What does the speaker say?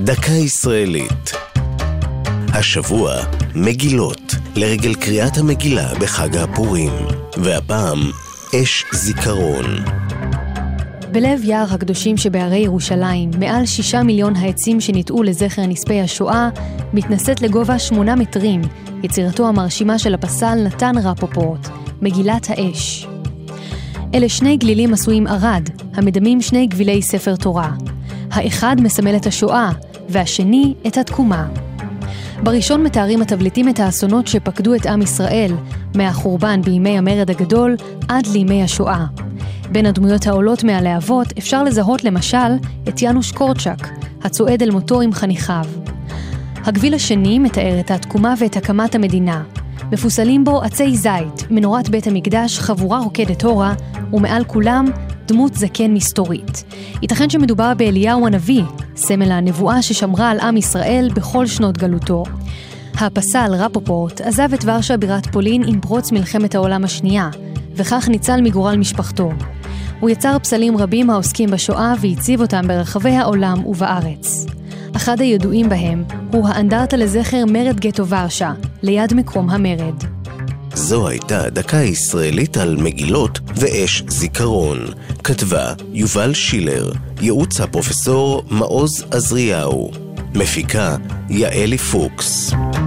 דקה ישראלית. השבוע מגילות, לרגל קריאת המגילה בחג הפורים, והפעם אש זיכרון. בלב יער הקדושים שבערי ירושלים, מעל 6 מיליון העצים שניטעו לזכר נספי השואה, מתנשאת לגובה 8 מטרים, יצירתו המרשימה של הפסל נתן רפופורט, מגילת האש. אלה 2 גלילים עשויים ערד, המדמים 2 גבילי ספר תורה. האחד מסמל את השואה, והשני את התקומה. בראשון מתארים התבליטים את האסונות שפקדו את עם ישראל, מהחורבן בימי המרד הגדול עד לימי השואה. בין הדמויות העולות מהלהבות אפשר לזהות למשל את יאנוש קורצ'אק, הצועד אל מותו עם חניכיו. הגביל השני מתאר את התקומה ואת הקמת המדינה. מפוסלים בו עצי זית, מנורת בית המקדש, חבורה רוקדת הורה, ומעל כולם דמות זקן מסתורית. ייתכן שמדובר באליהו הנביא, סמל הנבואה ששמרה על עם ישראל בכל שנות גלותו. הפסל רפופורט עזב את ורשה בירת פולין עם פרוץ מלחמת העולם השנייה, וכך ניצל מגורל משפחתו. הוא יצר פסלים רבים העוסקים בשואה והציב אותם ברחבי העולם ובארץ. אחד הידועים בהם הוא האנדרטה לזכר מרד גטו ורשה, ליד מקום המרד. זו הייתה דקה ישראלית על מגילות ואש זיכרון. כתבה יובל שילר, ייעוץ הפרופסור מעוז עזריהו, מפיקה יעלי פוקס.